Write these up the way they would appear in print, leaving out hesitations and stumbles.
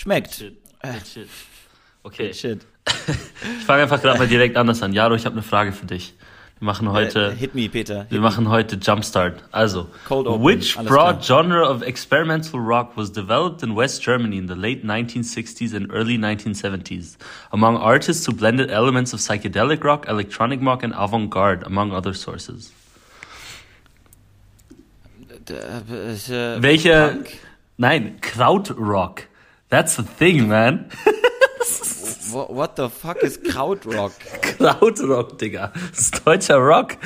Schmeckt. Shit. Okay. Shit. Ich fange einfach gerade mal direkt anders an. Jaro, ich habe eine Frage für dich. Wir machen heute... Hit me, Peter. Wir machen heute Jumpstart. Also, Cold Open. which Alles broad klar. genre of experimental rock was developed in West Germany in the late 1960s and early 1970s, among artists who blended elements of psychedelic rock, electronic rock, and avant-garde, among other sources? Welche? Punk? Nein, Krautrock. That's the thing, man. What the fuck is Krautrock? Krautrock, Digga. Das ist deutscher Rock.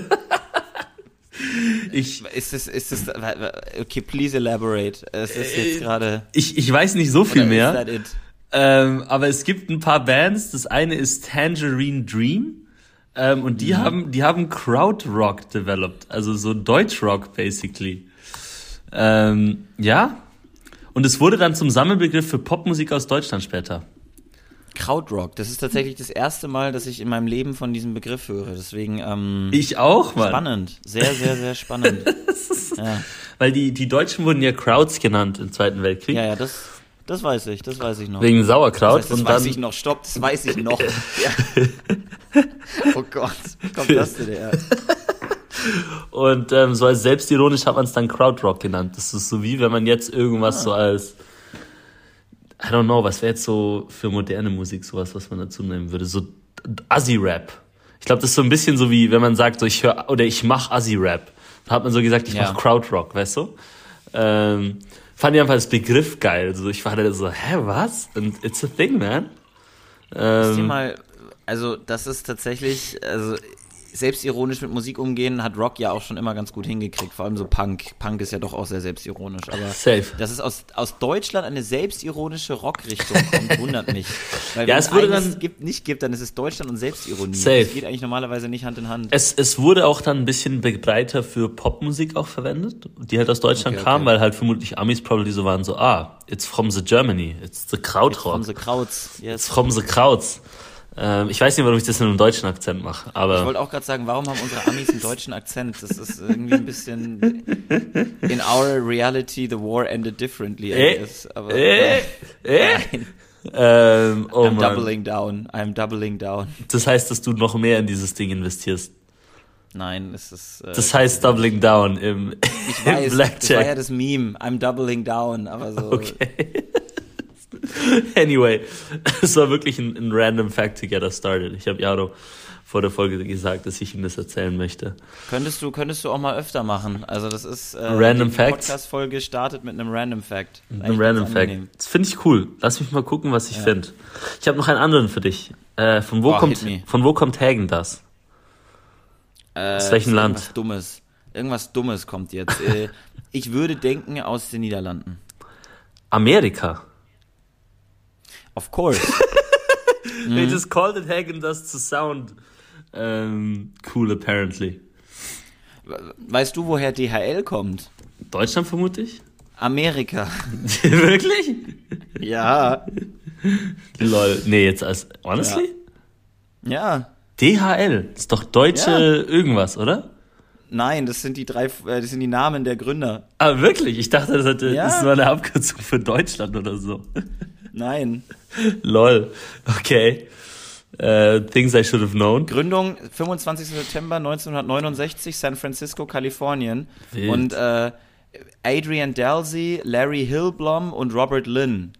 Ist es, okay, please elaborate. Es ist jetzt gerade... Ich weiß nicht so viel mehr. Is that it? Aber es gibt ein paar Bands. Das eine ist Tangerine Dream. Und die haben Krautrock developed. Also so Deutschrock, basically. Ja. Und es wurde dann zum Sammelbegriff für Popmusik aus Deutschland später. Krautrock, das ist tatsächlich das erste Mal, dass ich in meinem Leben von diesem Begriff höre. Deswegen, Ich auch, Mann. spannend. Sehr, sehr, sehr spannend. Ja. Weil die Deutschen wurden ja Krauts genannt im Zweiten Weltkrieg. Ja, das weiß ich noch. Wegen Sauerkraut. Das weiß ich noch, stopp, das weiß ich noch. Ja. Oh Gott, wie kommt das denn her? Und so als selbstironisch hat man es dann Krautrock genannt. Das ist so wie, wenn man jetzt irgendwas so als, I don't know, was wäre jetzt so für moderne Musik sowas, was man dazu nehmen würde? So Assi-Rap. Ich glaube, das ist so ein bisschen so wie, wenn man sagt, so ich mach Assi-Rap. Da hat man so gesagt, ich mach Krautrock, weißt du? Fand ich einfach das Begriff geil. Also ich war da so, was? And it's a thing, man. Ist dir mal, also das ist tatsächlich, also selbstironisch mit Musik umgehen hat Rock ja auch schon immer ganz gut hingekriegt, vor allem so Punk. Punk ist ja doch auch sehr selbstironisch, aber Safe. dass es aus Deutschland eine selbstironische Rockrichtung kommt, wundert mich. Weil Ja, wenn es wurde eines dann- nicht gibt, dann ist es Deutschland und Selbstironie. Safe. Das geht eigentlich normalerweise nicht Hand in Hand. Es wurde auch dann ein bisschen breiter für Popmusik auch verwendet, die halt aus Deutschland Okay, kam, okay. weil halt vermutlich Amis probably so waren, so, it's from the Germany, it's the Krautrock. From the Krauts. It's Yes. from the Krauts. Ich weiß nicht, warum ich das in einem deutschen Akzent mache, Ich aber wollte auch gerade sagen, warum haben unsere Amis einen deutschen Akzent? Das ist irgendwie ein bisschen in our reality the war ended differently, I guess. Aber nein. oh I'm Mann. doubling down. Das heißt, dass du noch mehr in dieses Ding investierst. Nein, es ist Das heißt Doubling Down im ich weiß, das war ja Blackjack. das Meme, I'm doubling down, aber so Okay. Anyway, es war wirklich ein random Fact to get us started. Ich habe Jaro vor der Folge gesagt, dass ich ihm das erzählen möchte. könntest du auch mal öfter machen. Also das ist Random die Facts? Podcast-Folge startet mit einem Random Fact. Ein random Fact. Das finde ich cool. Lass mich mal gucken, was ich finde. Ich habe noch einen anderen für dich. Von wo kommt Hagen das? Aus welchem Land? Irgendwas Dummes kommt jetzt. Ich würde denken aus den Niederlanden. Amerika. Of course. They just called it Hagen das to sound cool apparently. Weißt du, woher DHL kommt? Deutschland vermute ich? Amerika. Wirklich? Ja. Lol. Nee, jetzt als honestly? Ja. DHL. Ist doch deutsche irgendwas, oder? Nein, das sind die Namen der Gründer. Ah, wirklich? Ich dachte, das Ja. war eine Abkürzung für Deutschland oder so. Nein. Lol. Okay. Things I should have known. Gründung 25. September 1969, San Francisco, Kalifornien. Wild. Und Adrian Dalsey, Larry Hillblom und Robert Lynn.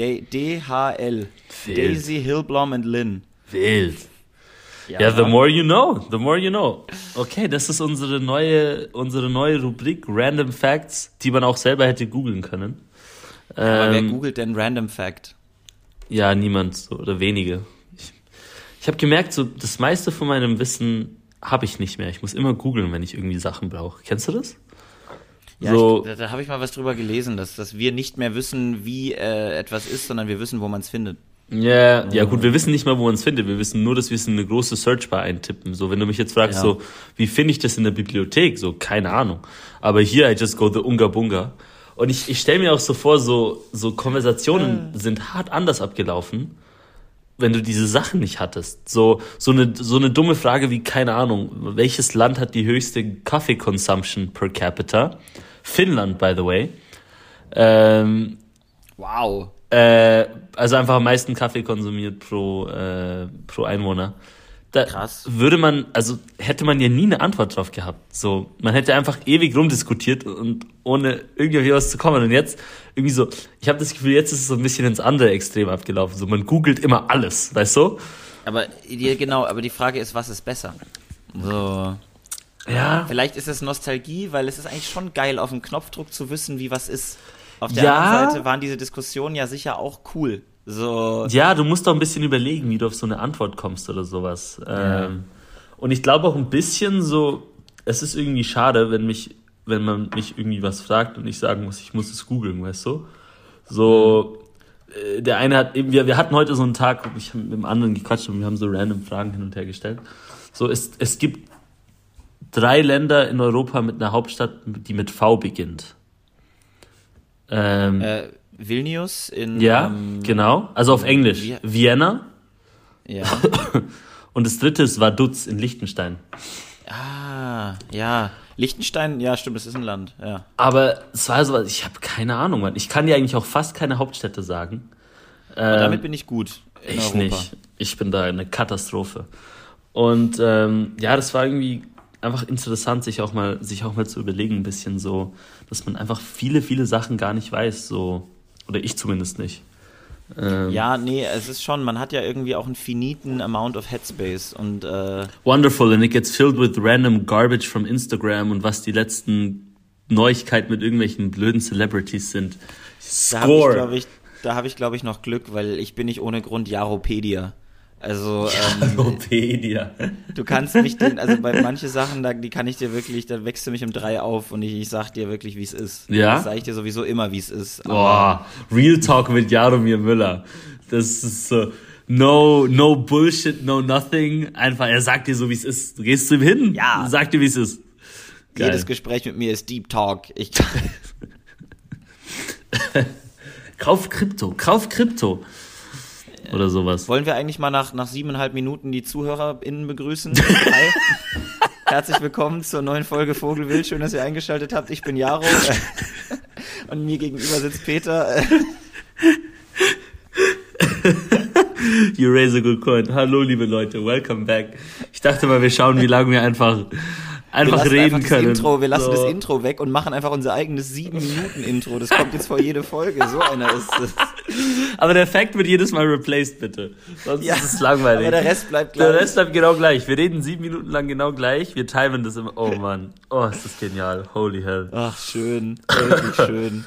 DHL. Wild. Daisy, Hillblom und Lynn. Wild. Ja, the more you know. The more you know. Okay, das ist unsere neue Rubrik Random Facts, die man auch selber hätte googeln können. Aber wer googelt denn Random Fact? Ja, niemand so, oder wenige. Ich habe gemerkt, so das meiste von meinem Wissen habe ich nicht mehr. Ich muss immer googeln, wenn ich irgendwie Sachen brauche. Kennst du das? Ja, so, da habe ich mal was drüber gelesen, dass wir nicht mehr wissen, wie etwas ist, sondern wir wissen, wo man es findet. ja, gut, wir wissen nicht mal, wo man es findet. Wir wissen nur, dass wir es in eine große Searchbar eintippen. So, wenn du mich jetzt fragst, so, wie finde ich das in der Bibliothek? So, keine Ahnung. Aber hier, I just go the Unga Bunga. Und ich stelle mir auch so vor, so Konversationen sind hart anders abgelaufen, wenn du diese Sachen nicht hattest. So eine dumme Frage wie, keine Ahnung, welches Land hat die höchste Kaffee-Consumption per capita? Finnland, by the way. Wow. Also einfach am meisten Kaffee konsumiert pro Einwohner. Da Krass. hätte man ja nie eine Antwort drauf gehabt. So, man hätte einfach ewig rumdiskutiert und ohne irgendwie was zu kommen. Und jetzt irgendwie so, ich habe das Gefühl, jetzt ist es so ein bisschen ins andere Extrem abgelaufen. So, man googelt immer alles, weißt du? Aber die Frage ist, was ist besser? So. Ja. Vielleicht ist es Nostalgie, weil es ist eigentlich schon geil, auf den Knopfdruck zu wissen, wie was ist. Auf der anderen Seite waren diese Diskussionen ja sicher auch cool. So. Ja, du musst doch ein bisschen überlegen, wie du auf so eine Antwort kommst oder sowas. Ja. Und ich glaube auch ein bisschen so, es ist irgendwie schade, wenn man mich irgendwie was fragt und ich sagen muss, ich muss es googeln, weißt du? So, der eine hat eben, wir hatten heute so einen Tag, wo ich mit dem anderen gequatscht und wir haben so random Fragen hin und her gestellt. So, es gibt 3 Länder in Europa mit einer Hauptstadt, die mit V beginnt. Vilnius in... Ja, genau. Also auf Englisch. Vienna. Ja. Und das 3. ist Vaduz in Liechtenstein. Ah, ja. Liechtenstein, ja, stimmt, das ist ein Land, ja. Aber es war so, ich habe keine Ahnung, Mann. Ich kann dir eigentlich auch fast keine Hauptstädte sagen. Und damit bin ich gut in ich Europa. nicht. Ich bin da eine Katastrophe. Und das war irgendwie einfach interessant, sich auch mal zu überlegen, ein bisschen so, dass man einfach viele, viele Sachen gar nicht weiß, so. Oder ich zumindest nicht. Ja, nee, es ist schon, man hat ja irgendwie auch einen finiten Amount of Headspace und Wonderful, and it gets filled with random garbage from Instagram und was die letzten Neuigkeiten mit irgendwelchen blöden Celebrities sind. Score! Da habe ich, glaube ich, noch Glück, weil ich bin nicht ohne Grund Jaropedia. Also, Jaropedia. Du kannst mich also bei manche Sachen, die kann ich dir wirklich, da wächst du mich um 3 auf und ich sag dir wirklich, wie es ist. Ja? Das sag ich dir sowieso immer, wie es ist. Boah, Real Talk mit Jaromir Müller. Das ist so, no Bullshit, no nothing. Einfach, er sagt dir so, wie es ist. Du gehst zu ihm hin, ja. Sagt dir, wie es ist. Geil. Jedes Gespräch mit mir ist Deep Talk. Kauf Krypto. Oder sowas. Wollen wir eigentlich mal nach 7,5 Minuten die ZuhörerInnen begrüßen? Hi. Herzlich willkommen zur neuen Folge Vogelwild. Schön, dass ihr eingeschaltet habt. Ich bin Jaro. Und mir gegenüber sitzt Peter. You raise a good coin. Hallo, liebe Leute. Welcome back. Ich dachte mal, wir schauen, wie lange wir einfach reden können. Wir lassen das Intro weg und machen einfach unser eigenes 7-Minuten-Intro. Das kommt jetzt vor jede Folge. So einer ist es. Aber der Fact wird jedes Mal replaced, bitte. Sonst ist es langweilig. Aber der Rest bleibt gleich. Der Rest bleibt genau gleich. Wir reden 7 Minuten lang genau gleich. Wir timen das immer. Oh Mann. Oh, ist das genial. Holy hell. Ach, schön. Wirklich schön.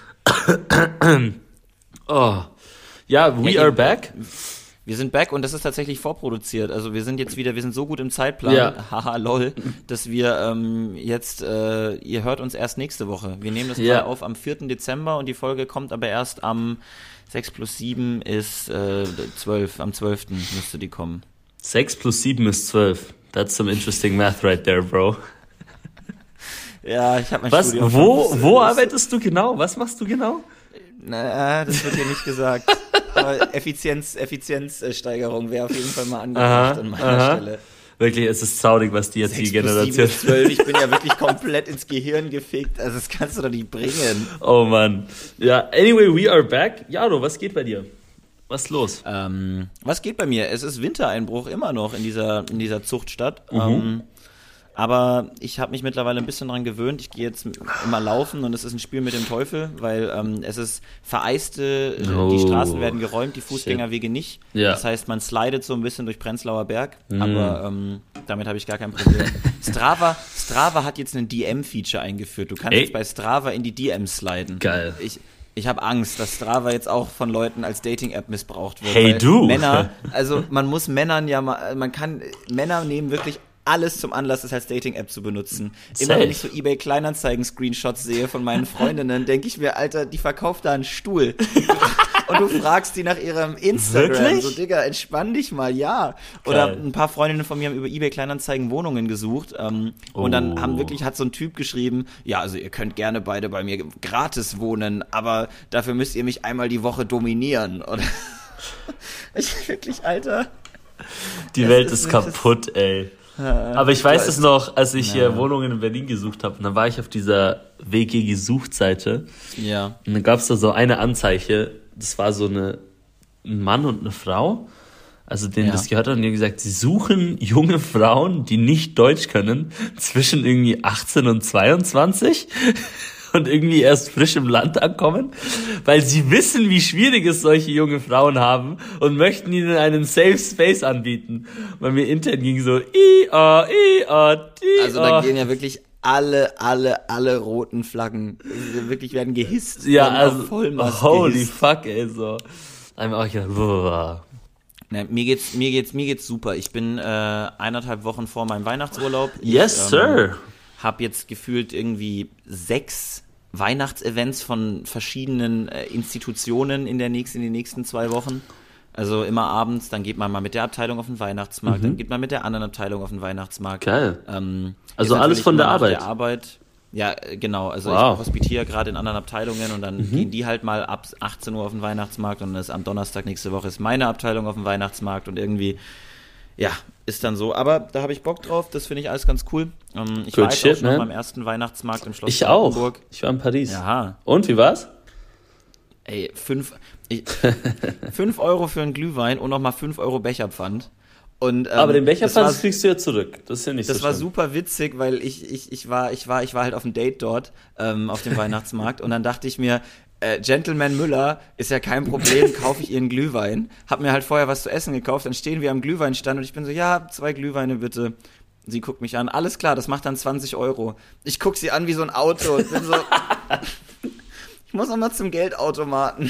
Oh. Ja, we are back. Wir sind back und das ist tatsächlich vorproduziert. Also wir sind so gut im Zeitplan, haha, lol, dass wir ihr hört uns erst nächste Woche. Wir nehmen das gerade auf am 4. Dezember und die Folge kommt aber erst am 6 plus 7 ist 12, am 12. müsste die kommen. 6 plus 7 ist 12. That's some interesting math right there, bro. Ja, ich habe mein Studium. Wo arbeitest du genau? Was machst du genau? Na, das wird hier nicht gesagt. Aber Effizienzsteigerung wäre auf jeden Fall mal angebracht an meiner Stelle. Wirklich, es ist traurig, was die jetzt die Generation... 6 plus 7 ist 12, ich bin ja wirklich komplett ins Gehirn gefickt, also das kannst du doch nicht bringen. Oh Mann. Ja, anyway, we are back. Jaro, was geht bei dir? Was ist los? Was geht bei mir? Es ist Wintereinbruch immer noch in dieser Zuchtstadt. Aber ich habe mich mittlerweile ein bisschen dran gewöhnt. Ich gehe jetzt immer laufen und es ist ein Spiel mit dem Teufel, weil es ist vereiste, die Straßen werden geräumt, die Fußgängerwege nicht. Ja. Das heißt, man slidet so ein bisschen durch Prenzlauer Berg, aber damit habe ich gar kein Problem. Strava hat jetzt ein DM-Feature eingeführt. Du kannst jetzt bei Strava in die DMs sliden. Geil. Ich habe Angst, dass Strava jetzt auch von Leuten als Dating-App missbraucht wird. Hey, du! Männer nehmen wirklich alles zum Anlass, das als Dating-App zu benutzen. Immer wenn ich so eBay-Kleinanzeigen-Screenshots sehe von meinen Freundinnen, denke ich mir, Alter, die verkauft da einen Stuhl. Und du fragst die nach ihrem Instagram. Wirklich? So, Digga, entspann dich mal, ja. Oder ein paar Freundinnen von mir haben über eBay-Kleinanzeigen Wohnungen gesucht. Und dann hat so ein Typ geschrieben, ja, also ihr könnt gerne beide bei mir gratis wohnen, aber dafür müsst ihr mich einmal die Woche dominieren. Oder ich wirklich, Alter. Die Welt ist kaputt, ey. Aber ich weiß es noch, als ich Wohnungen in Berlin gesucht habe, und dann war ich auf dieser WG-Gesucht-Seite. Ja. Und dann gab es da so eine Anzeige, das war so ein Mann und eine Frau, also denen das gehört hat, und die haben gesagt, sie suchen junge Frauen, die nicht Deutsch können, zwischen irgendwie 18 und 22 und irgendwie erst frisch im Land ankommen, weil sie wissen, wie schwierig es solche junge Frauen haben und möchten ihnen einen Safe Space anbieten. Bei mir intern ging so, Also da gehen ja wirklich alle roten Flaggen wirklich werden gehisst. Ja, also Vollmast holy gehisst. fuck, ey, so. Einmal auch gedacht, boah. Ne, mir geht's super. Ich bin 1,5 Wochen vor meinem Weihnachtsurlaub. Yes, sir. Habe jetzt gefühlt irgendwie 6 Weihnachtsevents von verschiedenen Institutionen in den nächsten 2 Wochen. Also immer abends, dann geht man mal mit der Abteilung auf den Weihnachtsmarkt, dann geht man mit der anderen Abteilung auf den Weihnachtsmarkt. Geil. Also ist alles von der immer nach Arbeit. Der Arbeit. Ja, genau. Also Wow. ich hospitiere gerade in anderen Abteilungen und dann gehen die halt mal ab 18 Uhr auf den Weihnachtsmarkt und dann ist am Donnerstag nächste Woche ist meine Abteilung auf dem Weihnachtsmarkt und irgendwie, ja, ist dann so. Aber da habe ich Bock drauf, das finde ich alles ganz cool. Ich war jetzt auch schon beim ersten Weihnachtsmarkt im Schloss Ich auch. Brandenburg. Ich war in Paris. Aha. Und, wie war's? Ey, 5 Euro für einen Glühwein und nochmal 5 Euro Becherpfand. Und, Aber den Becherpfand das kriegst du ja zurück. Das ist ja nicht so war schlimm. super witzig, weil ich war halt auf einem Date dort, auf dem Weihnachtsmarkt und dann dachte ich mir, Gentleman Müller ist ja kein Problem, kaufe ich ihren Glühwein. Hab mir halt vorher was zu essen gekauft, dann stehen wir am Glühweinstand und ich bin so, ja, 2 Glühweine bitte. Sie guckt mich an, alles klar, das macht dann 20 Euro. Ich guck sie an wie so ein Auto und bin so, ich muss noch mal zum Geldautomaten.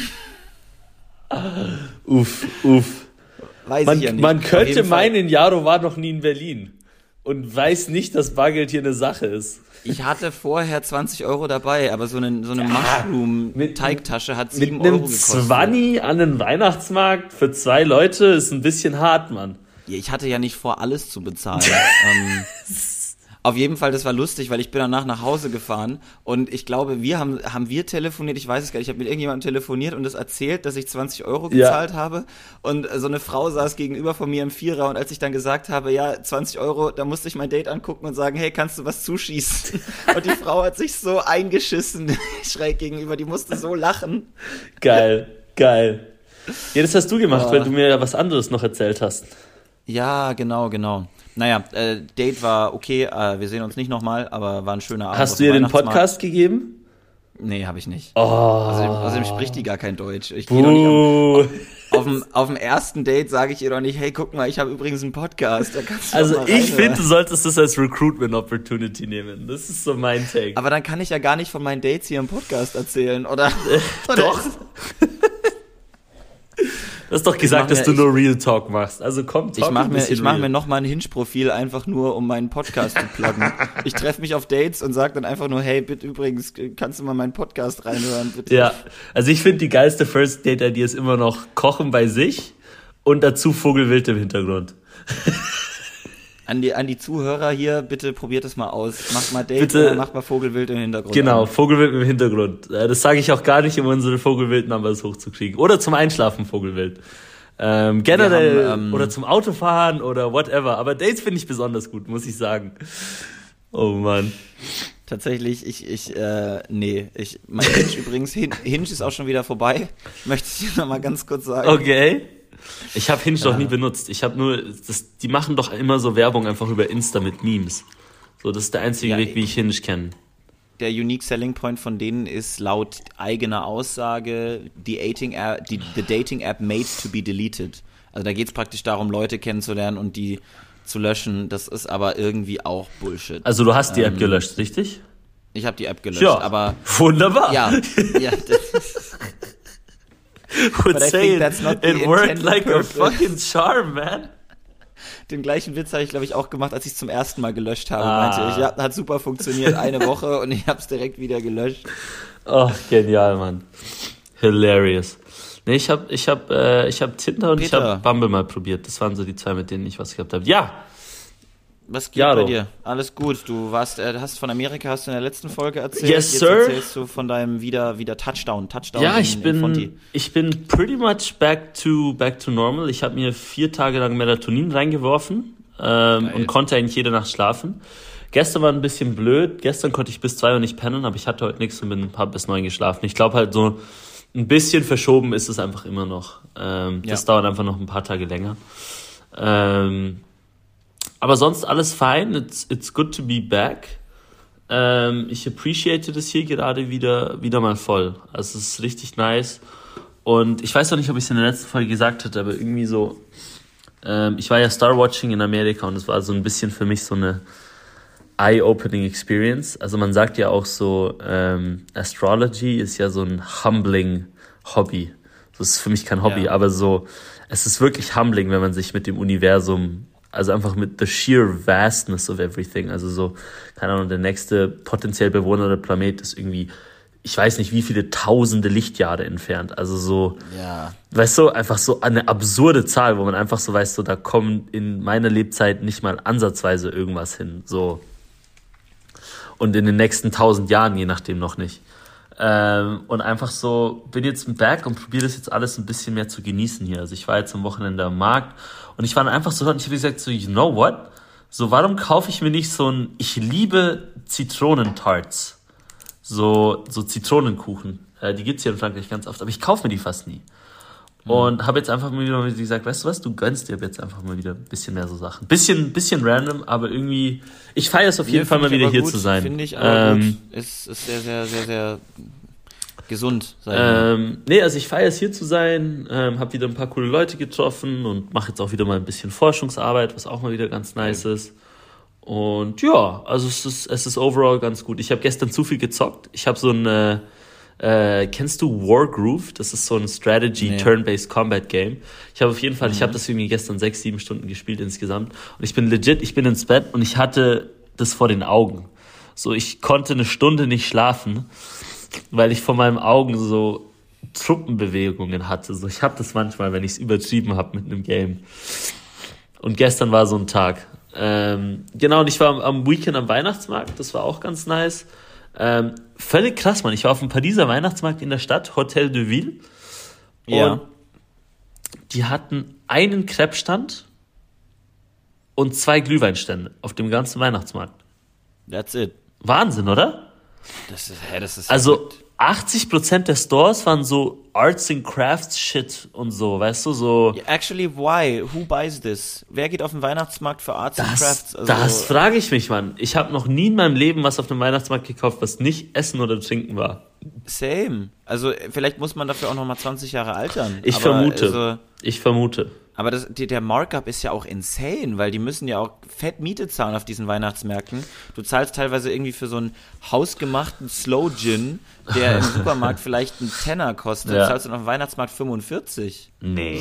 Uff. Weiß ich ja nicht. Man Auf könnte jeden Fall. meinen, Jaro war noch nie in Berlin und weiß nicht, dass Bargeld hier eine Sache ist. Ich hatte vorher 20 Euro dabei, aber so eine Mushroom-Teigtasche hat 7 Mit Euro einem gekostet. 20 an den Weihnachtsmarkt für 2 Leute ist ein bisschen hart, Mann. Ja, ich hatte ja nicht vor, alles zu bezahlen. Auf jeden Fall, das war lustig, weil ich bin danach nach Hause gefahren und ich glaube, haben wir telefoniert, ich weiß es gar nicht, ich habe mit irgendjemandem telefoniert und das erzählt, dass ich 20 Euro gezahlt habe und so eine Frau saß gegenüber von mir im Vierer und als ich dann gesagt habe, ja, 20 Euro, da musste ich mein Date angucken und sagen, hey, kannst du was zuschießen? Und die Frau hat sich so eingeschissen, schräg gegenüber, die musste so lachen. Geil. Ja, das hast du gemacht, weil du mir ja was anderes noch erzählt hast. Ja, genau. Naja, Date war okay, wir sehen uns nicht nochmal, aber war ein schöner Abend. Hast du ihr den Podcast gegeben? Nee, habe ich nicht. Oh. Außerdem spricht die gar kein Deutsch. Ich gehe doch nicht auf dem ersten Date sage ich ihr doch nicht, hey, guck mal, ich habe übrigens einen Podcast. Da kannst du Also doch mal ich reinhören. finde, du solltest das als Recruitment Opportunity nehmen. Das ist so mein Take. Aber dann kann ich ja gar nicht von meinen Dates hier im Podcast erzählen, oder? Doch. Du hast doch gesagt, dass du nur Real Talk machst. Also komm, talk Ich mach mir nochmal ein Hinge-Profil einfach nur, um meinen Podcast zu pluggen. Ich treffe mich auf Dates und sage dann einfach nur, hey, bitte übrigens, kannst du mal meinen Podcast reinhören, bitte? Ja, also ich finde, die geilste First Date-Idee ist immer noch Kochen bei sich und dazu Vogelwild im Hintergrund. An die Zuhörer hier, bitte probiert es mal aus. Macht mal Date, Bitte. macht mal Vogelwild im Hintergrund. Genau, an. Vogelwild im Hintergrund. Das sage ich auch gar nicht, um unsere Vogelwild-Numbers hochzukriegen. Oder zum Einschlafen Vogelwild. Generell, Wir haben, oder zum Autofahren oder whatever. Aber Dates finde ich besonders gut, muss ich sagen. Oh Mann. Tatsächlich, mein Hinge übrigens, Hinge ist auch schon wieder vorbei. Möchte ich dir noch mal ganz kurz sagen. Okay. Ich habe Hinge noch nie benutzt. Ich habe nur, die machen doch immer so Werbung einfach über Insta mit Memes. So, das ist der einzige Weg, wie ich Hinge kenne. Der Unique Selling Point von denen ist laut eigener Aussage the Dating App made to be deleted. Also da geht es praktisch darum, Leute kennenzulernen und die zu löschen. Das ist aber irgendwie auch Bullshit. Also du hast die App gelöscht, richtig? Ich habe die App gelöscht, Ja, aber wunderbar. ja, das Would But I say think that's not the it worked intended like purpose. a fucking charm, man. Den gleichen Witz habe ich, glaube ich, auch gemacht, als ich es zum ersten Mal gelöscht habe. Meinte ich, ja, hat super funktioniert, eine Woche und ich habe es direkt wieder gelöscht. Oh, genial, Mann. Hilarious. Nee, ich hab Tinder und ich Peter. habe Bumble mal probiert. Das waren so die 2, mit denen ich was gehabt habe. Ja, Was geht Jaro. bei dir? Alles gut. Du hast von Amerika, hast du in der letzten Folge erzählt. Yes, Jetzt sir. erzählst du von deinem wieder Touchdown ja, in ich Fonti. bin pretty much back to normal. Ich habe mir 4 Tage lang Melatonin reingeworfen und konnte eigentlich jede Nacht schlafen. Gestern war ein bisschen blöd. Gestern konnte ich bis 2 Uhr nicht pennen, aber ich hatte heute nichts und bin bis 9 geschlafen. Ich glaube halt so ein bisschen verschoben ist es einfach immer noch. Das dauert einfach noch ein paar Tage länger. Aber sonst alles fein. It's good to be back. Ich appreciate das hier gerade wieder mal voll. Also es ist richtig nice. Und ich weiß noch nicht, ob ich es in der letzten Folge gesagt hatte, aber irgendwie so, ich war ja Star-Watching in Amerika und es war so ein bisschen für mich so eine eye-opening Experience. Also man sagt ja auch so, Astrology ist ja so ein humbling Hobby. Das ist für mich kein Hobby, aber so, es ist wirklich humbling, wenn man sich mit dem Universum, also einfach mit the sheer vastness of everything, also so, keine Ahnung, der nächste potenziell bewohnere Planet ist irgendwie, ich weiß nicht, wie viele tausende Lichtjahre entfernt, also so, weißt du, einfach so eine absurde Zahl, wo man einfach so weiß, so, da kommt in meiner Lebzeit nicht mal ansatzweise irgendwas hin, so. Und in den nächsten 1000 Jahren, je nachdem noch nicht. Und einfach so, bin jetzt back und probiere das jetzt alles ein bisschen mehr zu genießen hier. Also ich war jetzt am Wochenende am Markt und ich war dann einfach so, und ich habe gesagt, so, you know what? So, warum kaufe ich mir nicht ich liebe Zitronentarts. So Zitronenkuchen. Die gibt's hier in Frankreich ganz oft, aber ich kaufe mir die fast nie. Und habe jetzt einfach mal wieder gesagt, weißt du was, du gönnst dir jetzt einfach mal wieder ein bisschen mehr so Sachen. Bisschen random, aber irgendwie, ich feiere es auf jeden Fall mal wieder hier zu sein. Finde ich aber gut. Ist sehr, sehr, sehr, sehr gesund. Also ich feiere es hier zu sein, habe wieder ein paar coole Leute getroffen und mache jetzt auch wieder mal ein bisschen Forschungsarbeit, was auch mal wieder ganz nice ist. Und ja, also es ist overall ganz gut. Ich habe gestern zu viel gezockt. Ich habe so eine kennst du Wargroove? Das ist so ein Strategy-Turn-Based Combat Game. Ich habe auf jeden Fall, ich habe das irgendwie gestern 6-7 Stunden gespielt insgesamt. Und ich bin ins Bett und ich hatte das vor den Augen. So, ich konnte eine Stunde nicht schlafen, weil ich vor meinen Augen so Truppenbewegungen hatte. So, ich habe das manchmal, wenn ich es übertrieben habe mit einem Game. Und gestern war so ein Tag. Genau, und ich war am Weekend am Weihnachtsmarkt. Das war auch ganz nice. Völlig krass, Mann. Ich war auf dem Pariser Weihnachtsmarkt in der Stadt, Hotel de Ville. Und die hatten einen Crepe-Stand und 2 Glühweinstände auf dem ganzen Weihnachtsmarkt. That's it. Wahnsinn, oder? Das ist also 80% der Stores waren so Arts and Crafts Shit und so, weißt du, so. Actually, why? Who buys this? Wer geht auf den Weihnachtsmarkt für Arts and Crafts? Also, das frage ich mich, Mann. Ich habe noch nie in meinem Leben was auf dem Weihnachtsmarkt gekauft, was nicht Essen oder Trinken war. Same. Also vielleicht muss man dafür auch noch mal 20 Jahre altern. Ich vermute. Aber der Markup ist ja auch insane, weil die müssen ja auch fett Miete zahlen auf diesen Weihnachtsmärkten. Du zahlst teilweise irgendwie für so einen hausgemachten Slow Gin, der im Supermarkt vielleicht einen Tenner kostet, zahlst du auf dem Weihnachtsmarkt 45. Nee.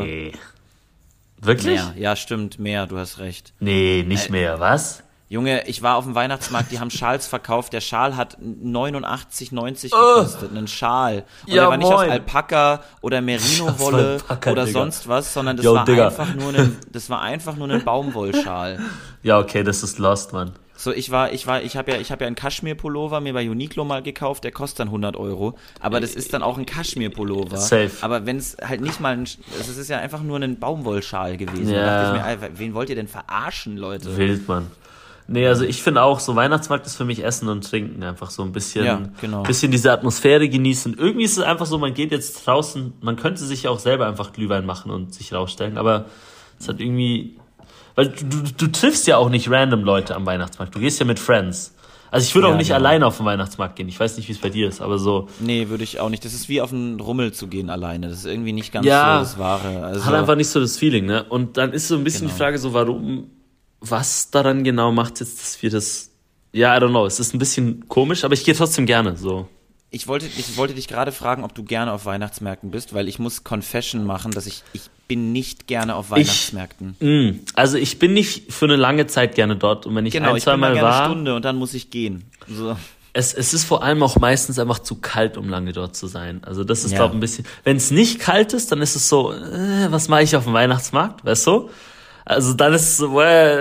So. Wirklich? Ja, stimmt, mehr, du hast recht. Nee, nicht mehr, was? Junge, ich war auf dem Weihnachtsmarkt, die haben Schals verkauft. Der Schal hat 89,90 gekostet, einen Schal. Und der war nicht aus Alpaka oder Merino-Wolle oder sonst was, sondern das war einfach nur ein Baumwollschal. Ja, okay, das ist lost, Mann. So, ich habe ja einen Kaschmir-Pullover mir bei Uniqlo mal gekauft, der kostet dann 100 €, aber das ist dann auch ein Kaschmir-Pullover. Safe. Aber wenn es halt nicht mal es ist ja einfach nur ein Baumwollschal gewesen. Ja. Da dachte ich mir, wen wollt ihr denn verarschen, Leute? Wild, Mann. Nee, also ich finde auch, so Weihnachtsmarkt ist für mich Essen und Trinken, einfach so ein bisschen, bisschen diese Atmosphäre genießen. Irgendwie ist es einfach so, man geht jetzt draußen, man könnte sich ja auch selber einfach Glühwein machen und sich rausstellen, aber es hat irgendwie, weil du triffst ja auch nicht random Leute am Weihnachtsmarkt, du gehst ja mit Friends. Also ich würde auch nicht alleine auf den Weihnachtsmarkt gehen, ich weiß nicht, wie es bei dir ist, aber so. Nee, würde ich auch nicht, das ist wie auf einen Rummel zu gehen alleine, das ist irgendwie nicht ganz so das Wahre. Also, hat einfach nicht so das Feeling, ne? Und dann ist so ein bisschen die Frage so, was daran genau macht jetzt, dass wir das, I don't know, es ist ein bisschen komisch, aber ich gehe trotzdem gerne, so. Ich wollte dich gerade fragen, ob du gerne auf Weihnachtsmärkten bist, weil ich muss Confession machen, dass ich bin nicht gerne auf Weihnachtsmärkten. Also ich bin nicht für eine lange Zeit gerne dort und wenn ich ein, zwei Mal war, eine Stunde und dann muss ich gehen. So. Es ist vor allem auch meistens einfach zu kalt, um lange dort zu sein. Also das ist, glaube ich, ein bisschen, wenn es nicht kalt ist, dann ist es so, was mache ich auf dem Weihnachtsmarkt, weißt du? Also dann ist es so,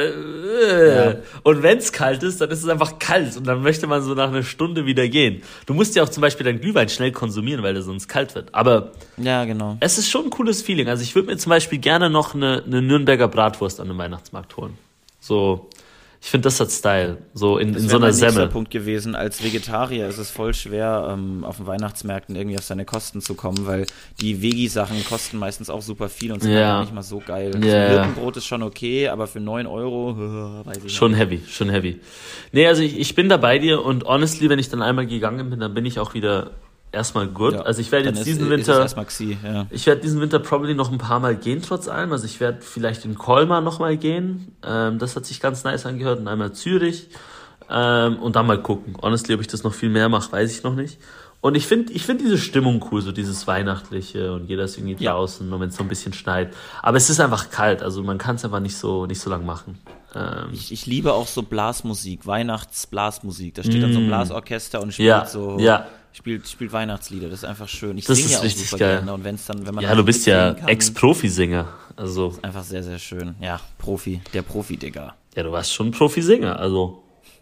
und wenn es kalt ist, dann ist es einfach kalt und dann möchte man so nach einer Stunde wieder gehen. Du musst ja auch zum Beispiel deinen Glühwein schnell konsumieren, weil der sonst kalt wird. Aber es ist schon ein cooles Feeling. Also ich würde mir zum Beispiel gerne noch eine Nürnberger Bratwurst an einem Weihnachtsmarkt holen. So, Ich finde, das hat Style. So in so einer Das wäre mein Semmel. nächster Punkt gewesen. Als Vegetarier ist es voll schwer, auf den Weihnachtsmärkten irgendwie auf seine Kosten zu kommen, weil die Veggie-Sachen kosten meistens auch super viel und sind Ja. auch nicht mal so geil. Ja, So ja. ein Hirtenbrot ist schon okay, aber für 9 Euro, weiß ich Schon nicht. schon heavy. Nee, also ich bin da bei dir und honestly, wenn ich dann einmal gegangen bin, dann bin ich auch wieder erstmal gut. Ja. Also ich werde Dann jetzt ist diesen es Winter, erstmal Xi, ja. ich werde diesen Winter probably noch ein paar Mal gehen, trotz allem. Also ich werde vielleicht in Colmar noch mal gehen. Das hat sich ganz nice angehört. Und einmal Zürich. Und dann mal gucken. Honestly, ob ich das noch viel mehr mache, weiß ich noch nicht. Und ich finde diese Stimmung cool, so dieses Weihnachtliche und jeder ist irgendwie Ja. draußen und wenn es so ein bisschen schneit. Aber es ist einfach kalt, also man kann es einfach nicht so lang machen. Ich liebe auch so Blasmusik, Weihnachtsblasmusik. Da steht dann so ein Blasorchester und spielt Ja, so, ja. spielt Weihnachtslieder. Das ist einfach schön. Ich Das singe ist ja auch richtig super geil. gerne. Und wenn man Ja, dann du bist ja mitsingen kann, Ex-Profi-Sänger. Also, einfach sehr, sehr schön. Ja, der Profi, Digga. ja, du warst schon Profi-Sänger, also.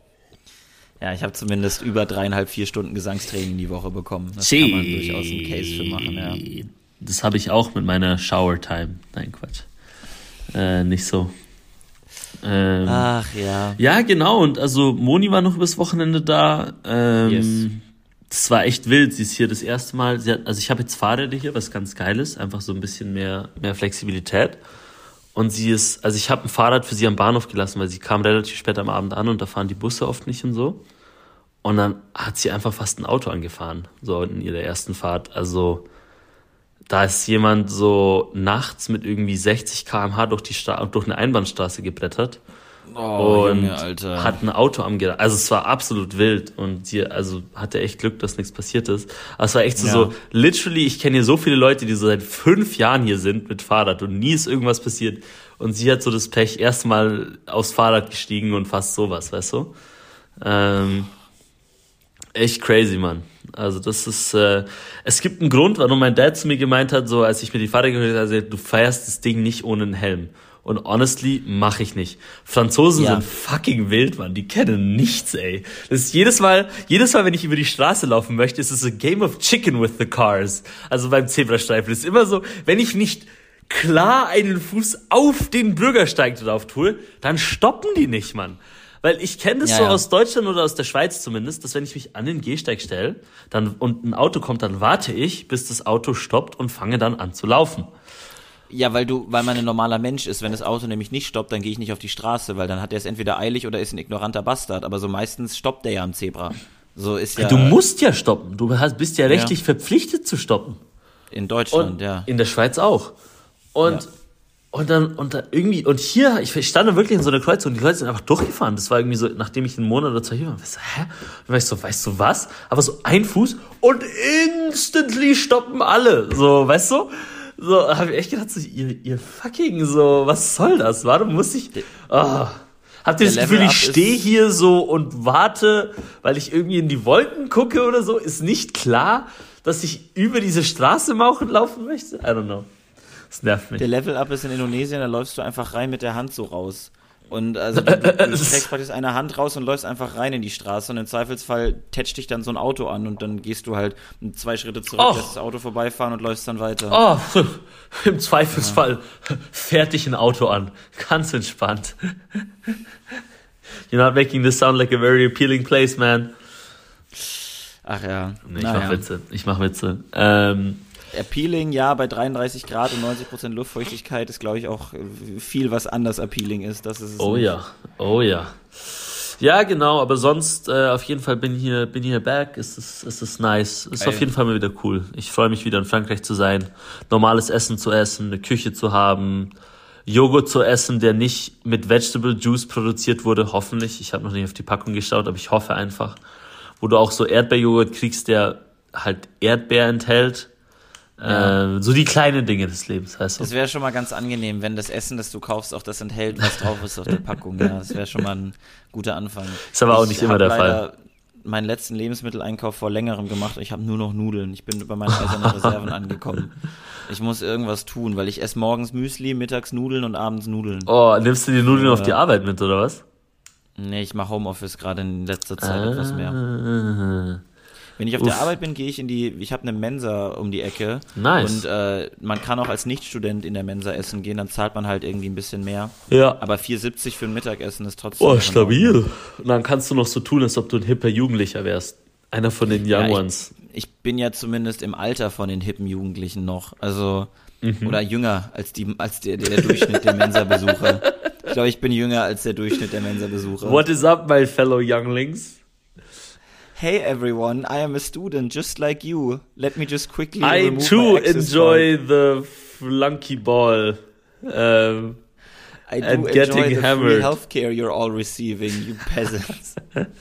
Ja, ich habe zumindest über 3,5, 4 Stunden Gesangstraining die Woche bekommen. Das kann man durchaus einen Case für machen, ja. Das habe ich auch mit meiner Shower-Time. Nein, Quatsch. Nicht so. Ach ja. Ja, genau. Und also Moni war noch übers Wochenende da. Yes. Das war echt wild. Sie ist hier das erste Mal. Also ich habe jetzt Fahrräder hier, was ganz geil ist. Einfach so ein bisschen mehr Flexibilität. Und also ich habe ein Fahrrad für sie am Bahnhof gelassen, weil sie kam relativ spät am Abend an und da fahren die Busse oft nicht und so. Und dann hat sie einfach fast ein Auto angefahren, so in ihrer ersten Fahrt. Also da ist jemand so nachts mit irgendwie 60 km/h durch eine Einbahnstraße gebrettert Oh, und Junge, Alter. hat ein Auto also es war absolut wild und sie hatte echt Glück, dass nichts passiert ist. Aber es war echt Ja. so literally, ich kenne hier so viele Leute, die so seit 5 Jahren hier sind mit Fahrrad und nie ist irgendwas passiert. Und sie hat so das Pech, erstmal aufs Fahrrad gestiegen und fast sowas, weißt du? Echt crazy, Mann. Also das ist, es gibt einen Grund, warum mein Dad zu mir gemeint hat, so als ich mir die Fahrräder geholt habe, also, du feierst das Ding nicht ohne einen Helm. Und honestly, mache ich nicht. Franzosen Ja. sind fucking wild, Mann. Die kennen nichts, ey. Das ist jedes Mal, wenn ich über die Straße laufen möchte, ist es a game of chicken with the cars. Also beim Zebrastreifen. Das ist immer so, wenn ich nicht klar einen Fuß auf den Bürgersteig drauf tue, dann stoppen die nicht, Mann. Weil ich kenne das Ja, so ja. aus Deutschland oder aus der Schweiz zumindest, dass wenn ich mich an den Gehsteig stelle und ein Auto kommt, dann warte ich, bis das Auto stoppt und fange dann an zu laufen. Ja, weil man ein normaler Mensch ist. Wenn das Auto nämlich nicht stoppt, dann gehe ich nicht auf die Straße, weil dann hat er es entweder eilig oder ist ein ignoranter Bastard. Aber so meistens stoppt der ja am Zebra. So ist ja Du musst ja stoppen. Du bist ja rechtlich verpflichtet zu stoppen. in Deutschland, Und ja. in der Schweiz auch. Und, Ja. und dann irgendwie, und hier, ich stand da wirklich in so einer Kreuzung und die Leute sind einfach durchgefahren. Das war irgendwie so, nachdem ich einen Monat oder 2 hier war, ich so, hä? Und dann war ich so, weißt du was? Aber so ein Fuß und instantly stoppen alle. So, weißt du? So, habe ich echt gedacht, so, ihr fucking, so, was soll das? Warum muss ich, oh. Habt ihr das Der Gefühl, ich Level-Up stehe hier so und warte, weil ich irgendwie in die Wolken gucke oder so? Ist nicht klar, dass ich über diese Straße laufen möchte? I don't know. Das nervt mich. Der Level-Up ist in Indonesien, da läufst du einfach rein mit der Hand so raus. Und also du streckst praktisch eine Hand raus und läufst einfach rein in die Straße und im Zweifelsfall tätscht dich dann so ein Auto an und dann gehst du halt 2 Schritte zurück, Och. lässt das Auto vorbeifahren und läufst dann weiter. Oh, im Zweifelsfall fährt dich ein Auto an. Ganz entspannt. You're not making this sound like a very appealing place, man. Ach ja. Nee, ich Naja. mach Witze. Appealing, ja, bei 33 Grad und 90% Luftfeuchtigkeit ist, glaube ich, auch viel, was anders appealing ist. Das ist es Oh nicht. ja, oh ja. Ja, genau, aber sonst auf jeden Fall bin hier back. Es ist nice. Ist auf jeden Fall mal wieder cool. Ich freue mich wieder in Frankreich zu sein, normales Essen zu essen, eine Küche zu haben, Joghurt zu essen, der nicht mit Vegetable Juice produziert wurde, hoffentlich. Ich habe noch nicht auf die Packung geschaut, aber ich hoffe einfach, wo du auch so Erdbeerjoghurt kriegst, der halt Erdbeer enthält. Ja. So die kleinen Dinge des Lebens, heißt Das wäre schon mal ganz angenehm, wenn das Essen, das du kaufst, auch das enthält, was drauf ist auf der Packung. Ja, das wäre schon mal ein guter Anfang. Ist aber auch Ich nicht immer hab der leider Fall. meinen letzten Lebensmitteleinkauf vor längerem gemacht. Ich habe nur noch Nudeln. Ich bin bei meinen eisernen Reserven angekommen. Ich muss irgendwas tun, weil ich esse morgens Müsli, mittags Nudeln und abends Nudeln. Oh, nimmst du die Nudeln auf die Arbeit mit, oder was? Nee, ich mache Homeoffice gerade in letzter Zeit etwas mehr. Wenn ich auf der Arbeit bin, gehe ich ich habe eine Mensa um die Ecke. Nice. Und man kann auch als Nichtstudent in der Mensa essen gehen, dann zahlt man halt irgendwie ein bisschen mehr. Ja. Aber 4,70 für ein Mittagessen ist trotzdem... Oh, stabil. Und dann kannst du noch so tun, als ob du ein hipper Jugendlicher wärst. Einer von den Young Ones. Ich bin ja zumindest im Alter von den hippen Jugendlichen noch. Also, oder jünger als der Durchschnitt der Mensa-Besucher. Ich glaube, ich bin jünger als der Durchschnitt der Mensa-Besucher. What is up, my fellow younglings? Hey everyone, I am a student just like you. Let me just quickly I remove too my access enjoy card. the flunky ball. I do and enjoy getting the hammered. free healthcare you're all receiving, you peasants.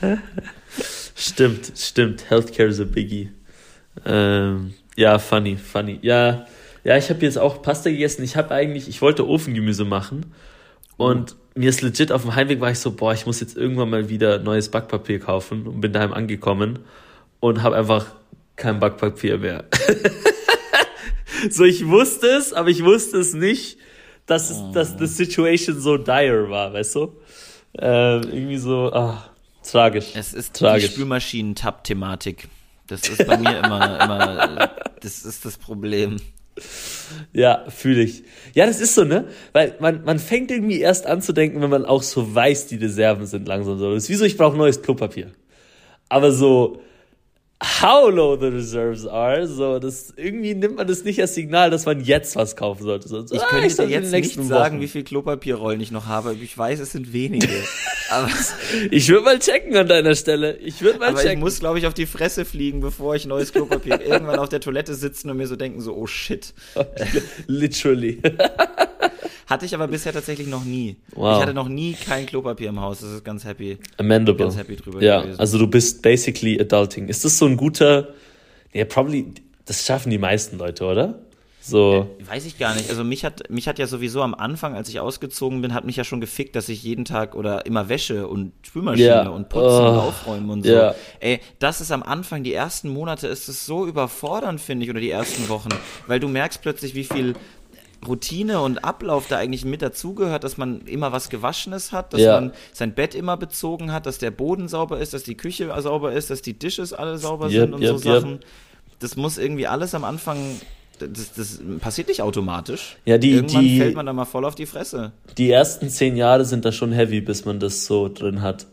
Stimmt. Healthcare is a biggie. Ja, funny. Ja, ich habe jetzt auch Pasta gegessen. Ich wollte Ofengemüse machen. Und mir ist legit auf dem Heimweg war ich so, ich muss jetzt irgendwann mal wieder neues Backpapier kaufen und bin daheim angekommen und habe einfach kein Backpapier mehr. So, ich wusste es, aber ich wusste es nicht, dass the situation so dire war, weißt du? Irgendwie so, tragisch. Es ist tragisch. Die Spülmaschinen-Tab-Thematik. Das ist bei mir immer, das ist das Problem. Ja, fühle ich. Ja, das ist so, ne? Weil man fängt irgendwie erst an zu denken, wenn man auch so weiß, die Reserven sind langsam so. Das ist wie so, ich brauche neues Klopapier. Aber so, how low the reserves are, so, das, irgendwie nimmt man das nicht als Signal, dass man jetzt was kaufen sollte. So, ich könnte dir jetzt nicht sagen, Wochen. wie viel Klopapierrollen ich noch habe. Ich weiß, es sind wenige. Aber ich würde mal checken an deiner Stelle. Ich muss, glaube ich, auf die Fresse fliegen, bevor ich neues Klopapier irgendwann auf der Toilette sitzen und mir so denken, so, oh shit. Literally. Hatte ich aber bisher tatsächlich noch nie. Wow. Ich hatte noch nie kein Klopapier im Haus. Das ist ganz happy. Amendable. Ganz happy drüber gewesen. Also du bist basically adulting. Ist das so ein guter... Ja, probably... Das schaffen die meisten Leute, oder? So. Weiß ich gar nicht. Also mich hat ja sowieso am Anfang, als ich ausgezogen bin, hat mich ja schon gefickt, dass ich jeden Tag oder immer Wäsche und Spülmaschine und putzen und aufräumen und so. Ja. Ey, das ist am Anfang, die ersten Monate ist es so überfordernd, finde ich, oder die ersten Wochen, weil du merkst plötzlich, wie viel Routine und Ablauf da eigentlich mit dazugehört, dass man immer was Gewaschenes hat, dass man sein Bett immer bezogen hat, dass der Boden sauber ist, dass die Küche sauber ist, dass die Dishes alle sauber sind und so Sachen. Das muss irgendwie alles am Anfang... Das passiert nicht automatisch. Ja, irgendwann fällt man da mal voll auf die Fresse. Die ersten 10 Jahre sind da schon heavy, bis man das so drin hat.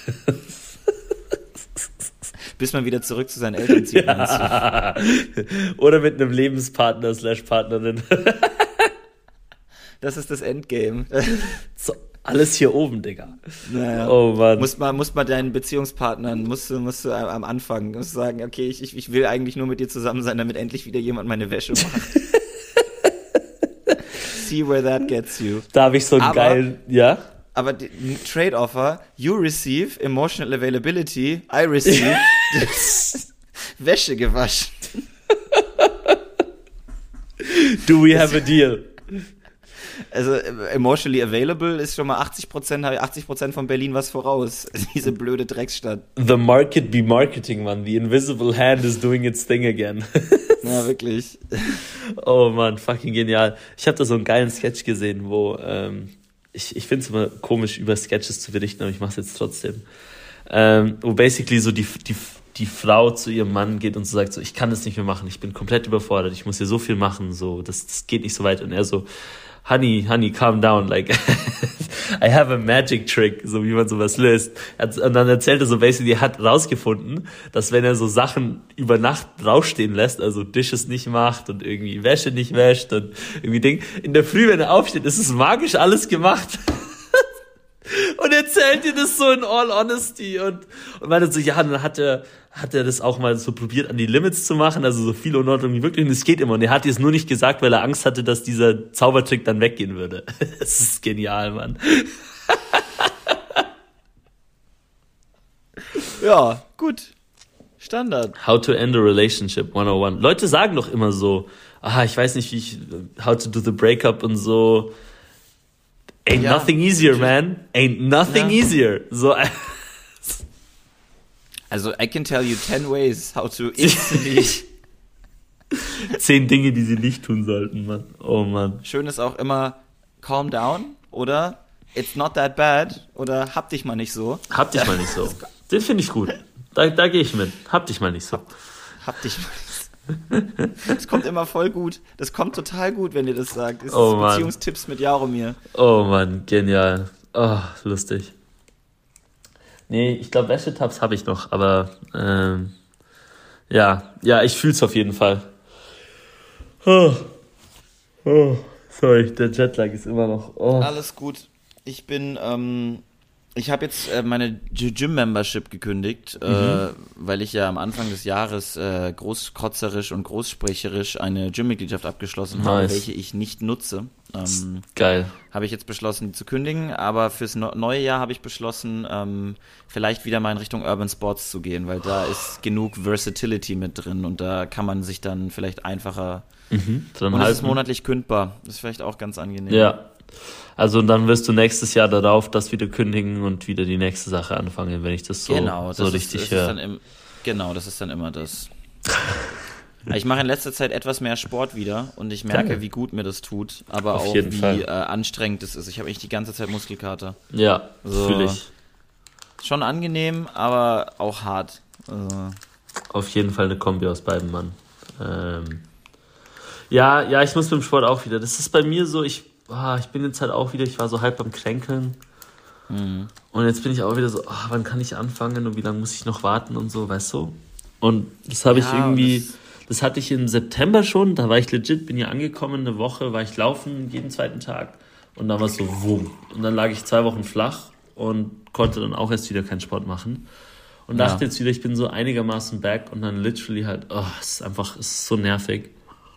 Bis man wieder zurück zu seinen Eltern zieht. Ja. Oder mit einem Lebenspartner / Partnerin. Das ist das Endgame. So, alles hier oben, Digga. Naja. Oh Mann. Muss mal deinen Beziehungspartnern, musst du am Anfang musst sagen, okay, ich will eigentlich nur mit dir zusammen sein, damit endlich wieder jemand meine Wäsche macht. See where that gets you. Da habe ich so einen geilen, ja? Aber Trade-Offer, you receive emotional availability, I receive Wäsche gewaschen. Do we have a deal? Also emotionally available ist schon mal 80% von Berlin was voraus. Diese blöde Drecksstadt. The market be marketing, man. The invisible hand is doing its thing again. Ja, wirklich. Oh man, fucking genial. Ich habe da so einen geilen Sketch gesehen, wo ich finde es immer komisch, über Sketches zu berichten, aber ich mache es jetzt trotzdem. Wo basically so die Frau zu ihrem Mann geht und so sagt so, ich kann das nicht mehr machen, ich bin komplett überfordert, ich muss hier so viel machen, so das geht nicht so weit. Und er so, Honey, calm down, like, I have a magic trick, so wie man sowas löst. Und dann erzählt er so, basically, er hat rausgefunden, dass wenn er so Sachen über Nacht rausstehen lässt, also Dishes nicht macht und irgendwie Wäsche nicht wäscht und irgendwie Ding, in der Früh, wenn er aufsteht, ist es magisch alles gemacht. Und er erzählt dir das so in all honesty und meinte so, ja, dann hat er das auch mal so probiert, an die Limits zu machen, also so viel Unordnung wie wirklich, und es geht immer. Und er hat es nur nicht gesagt, weil er Angst hatte, dass dieser Zaubertrick dann weggehen würde. Das ist genial, Mann. Ja, gut. Standard. How to end a relationship 101. Leute sagen doch immer so, ich weiß nicht, how to do the breakup und so. Ain't nothing easier, man. Ain't nothing easier. So. Also, I can tell you 10 ways how to instantly... 10 Dinge, die sie nicht tun sollten, Mann. Oh, Mann. Schön ist auch immer, calm down oder it's not that bad oder hab dich mal nicht so. Hab dich mal nicht so. Den finde ich gut. Da gehe ich mit. Hab dich mal nicht so. Hab dich mal. Das kommt immer voll gut. Das kommt total gut, wenn ihr das sagt. Das ist Beziehungstipps mit Jaromir. Oh Mann, genial. Oh, lustig. Nee, ich glaube, Wäschetabs habe ich noch, aber ja, ich fühl's auf jeden Fall. Sorry, der Jetlag ist immer noch. Alles gut. Ich habe jetzt meine Gym-Membership gekündigt, weil ich ja am Anfang des Jahres großkotzerisch und großsprecherisch eine Gym-Mitgliedschaft abgeschlossen habe, welche ich nicht nutze. Geil. Habe ich jetzt beschlossen, die zu kündigen, aber fürs neue Jahr habe ich beschlossen, vielleicht wieder mal in Richtung Urban Sports zu gehen, weil da ist genug Versatility mit drin und da kann man sich dann vielleicht einfacher und es ist monatlich kündbar. Das ist vielleicht auch ganz angenehm. Ja. Also dann wirst du nächstes Jahr darauf das wieder kündigen und wieder die nächste Sache anfangen, wenn ich das so richtig höre. Genau, das ist dann immer das. Ich mache in letzter Zeit etwas mehr Sport wieder und ich merke, wie gut mir das tut, aber auf auch wie anstrengend es ist. Ich habe echt die ganze Zeit Muskelkater. Ja, fühle ich. Schon angenehm, aber auch hart. Auf jeden Fall eine Kombi aus beiden, Mann. Ja, ich muss mit dem Sport auch wieder. Das ist bei mir so, ich bin jetzt halt auch wieder, ich war so halb beim Kränkeln. Und jetzt bin ich auch wieder so, wann kann ich anfangen und wie lange muss ich noch warten und so, weißt du? Und das habe ich irgendwie, das hatte ich im September schon, da war ich legit, bin hier angekommen, eine Woche war ich laufen, jeden zweiten Tag. Und dann war es so, wumm. Und dann lag ich 2 Wochen flach und konnte dann auch erst wieder keinen Sport machen. Und dachte jetzt wieder, ich bin so einigermaßen back und dann literally halt, es ist so nervig.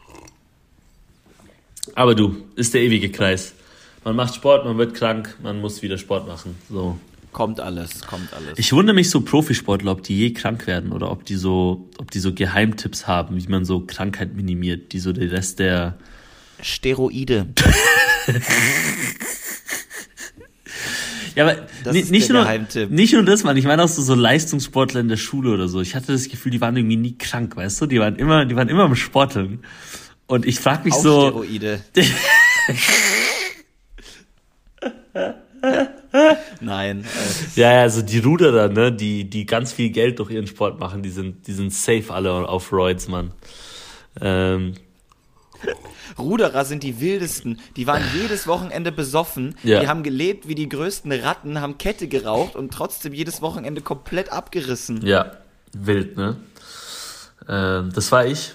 Aber ist der ewige Kreis. Man macht Sport, man wird krank, man muss wieder Sport machen. So. Kommt alles. Ich wundere mich so Profisportler, ob die je krank werden oder ob die so Geheimtipps haben, wie man so Krankheit minimiert, die so den Rest der Steroide. Ja, aber nicht nur das, Mann. Ich meine auch so Leistungssportler in der Schule oder so. Ich hatte das Gefühl, die waren irgendwie nie krank, weißt du? Die waren immer am Sporteln. Und ich frage mich so. Steroide. Nein. Ja, also die Ruderer, ne, die ganz viel Geld durch ihren Sport machen, die sind safe alle auf Roids, Mann. Ruderer sind die wildesten. Die waren jedes Wochenende besoffen. Ja. Die haben gelebt wie die größten Ratten, haben Kette geraucht und trotzdem jedes Wochenende komplett abgerissen. Ja, wild, ne? Das war ich.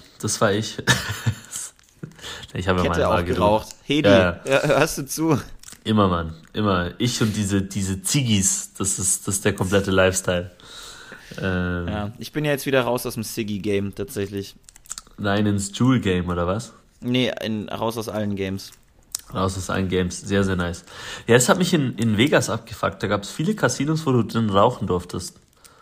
Ich habe ja Kette mal auch geraucht. Hedi, hörst du zu? Immer, Mann. Immer. Ich und diese Ziggis, das ist der komplette Lifestyle. Ja, ich bin ja jetzt wieder raus aus dem Siggy-Game, tatsächlich. Nein, ins Joule-Game, oder was? Nee, raus aus allen Games. Raus aus allen Games. Sehr, sehr nice. Ja, das hat mich in Vegas abgefuckt. Da gab es viele Casinos, wo du drin rauchen durftest.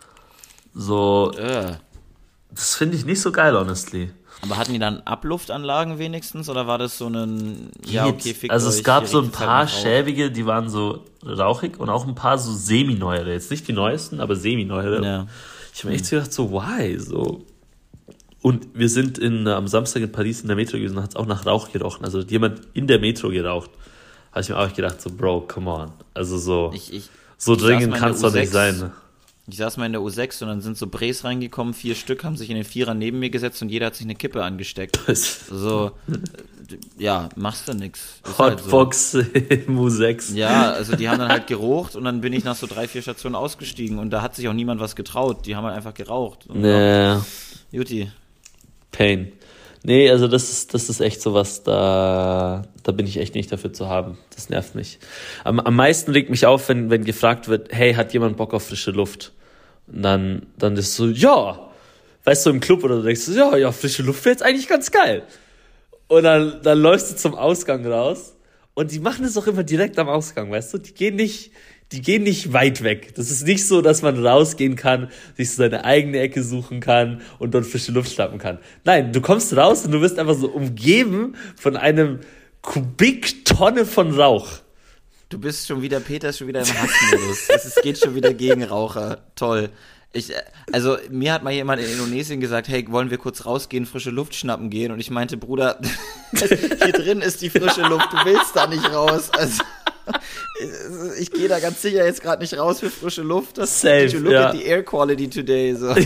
So, das finde ich nicht so geil, honestly. Aber hatten die dann Abluftanlagen wenigstens oder war das so ein fickt also es gab so ein paar schäbige, die waren so rauchig und auch ein paar so semi-neuere. Jetzt nicht die neuesten, aber semi-neuere. Ja. Ich habe mir echt gedacht, so why? So. Und wir sind am Samstag in Paris in der Metro gewesen und hat es auch nach Rauch gerochen. Also jemand in der Metro geraucht. Habe ich mir auch gedacht, so Bro, come on. Also so dringend kann es doch nicht sein. Ich saß mal in der U6 und dann sind so Bres reingekommen, 4 Stück, haben sich in den Vierer neben mir gesetzt und jeder hat sich eine Kippe angesteckt. So, ja, machst du nix. Hotbox halt so. Im U6. Ja, also die haben dann halt geraucht und dann bin ich nach so 3-4 Stationen ausgestiegen und da hat sich auch niemand was getraut. Die haben halt einfach geraucht. Juti. Pain. Nee, also das ist echt sowas, da bin ich echt nicht dafür zu haben. Das nervt mich. Am meisten regt mich auf, wenn gefragt wird, hey, hat jemand Bock auf frische Luft? Und dann ist es so, ja, weißt du, im Club oder du denkst, ja, frische Luft wäre jetzt eigentlich ganz geil. Und dann läufst du zum Ausgang raus und die machen das auch immer direkt am Ausgang, weißt du? Die gehen nicht weit weg. Das ist nicht so, dass man rausgehen kann, sich so seine eigene Ecke suchen kann und dort frische Luft schnappen kann. Nein, du kommst raus und du wirst einfach so umgeben von einem Kubiktonne von Rauch. Peter ist schon wieder im Hassmodus. Es geht schon wieder gegen Raucher. Toll. Also mir hat mal jemand in Indonesien gesagt, hey, wollen wir kurz rausgehen, frische Luft schnappen gehen? Und ich meinte, Bruder, hier drin ist die frische Luft, du willst da nicht raus. Also Ich gehe da ganz sicher jetzt gerade nicht raus für frische Luft. Safe, Did you look at the air quality today? So.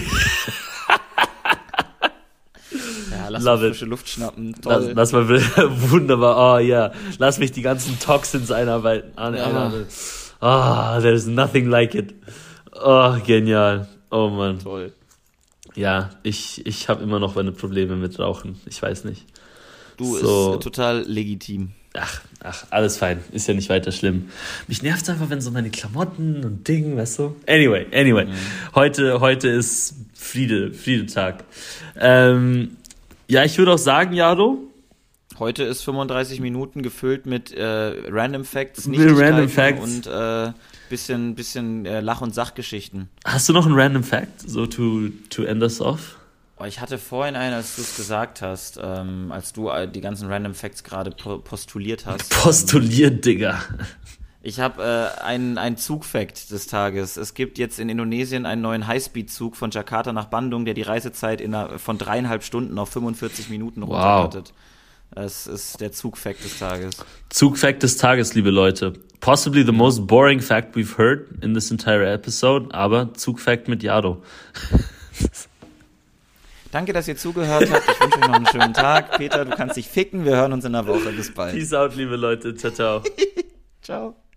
Ja, lass mal frische Luft schnappen. Toll. Lass mal wunderbar. Oh ja, lass mich die ganzen Toxins einarbeiten. There's nothing like it. Oh, genial. Oh Mann. Toll. Ja, ich habe immer noch meine Probleme mit Rauchen. Ich weiß nicht. Du, ist total legitim. Ach, alles fein. Ist ja nicht weiter schlimm. Mich nervt's einfach, wenn so meine Klamotten und Dinge, weißt du? Anyway. Mhm. Heute ist Friedetag. Ja, ich würde auch sagen, Jado. Heute ist 35 Minuten gefüllt mit Random Facts, Random Facts und bisschen Lach- und Sachgeschichten. Hast du noch einen Random Fact, so to end us off? Oh, ich hatte vorhin einen, als du es gesagt hast, als du die ganzen Random Facts gerade postuliert hast. Postuliert, Digga. Ich habe einen Zugfact des Tages. Es gibt jetzt in Indonesien einen neuen Highspeed-Zug von Jakarta nach Bandung, der die Reisezeit von 3,5 Stunden auf 45 Minuten runterkattet. Das ist der Zugfact des Tages. Zugfact des Tages, liebe Leute. Possibly the most boring fact we've heard in this entire episode, aber Zugfact mit Jado. Danke, dass ihr zugehört habt. Ich wünsche euch noch einen schönen Tag. Peter, du kannst dich ficken. Wir hören uns in der Woche. Bis bald. Peace out, liebe Leute. Ciao, ciao. Ciao.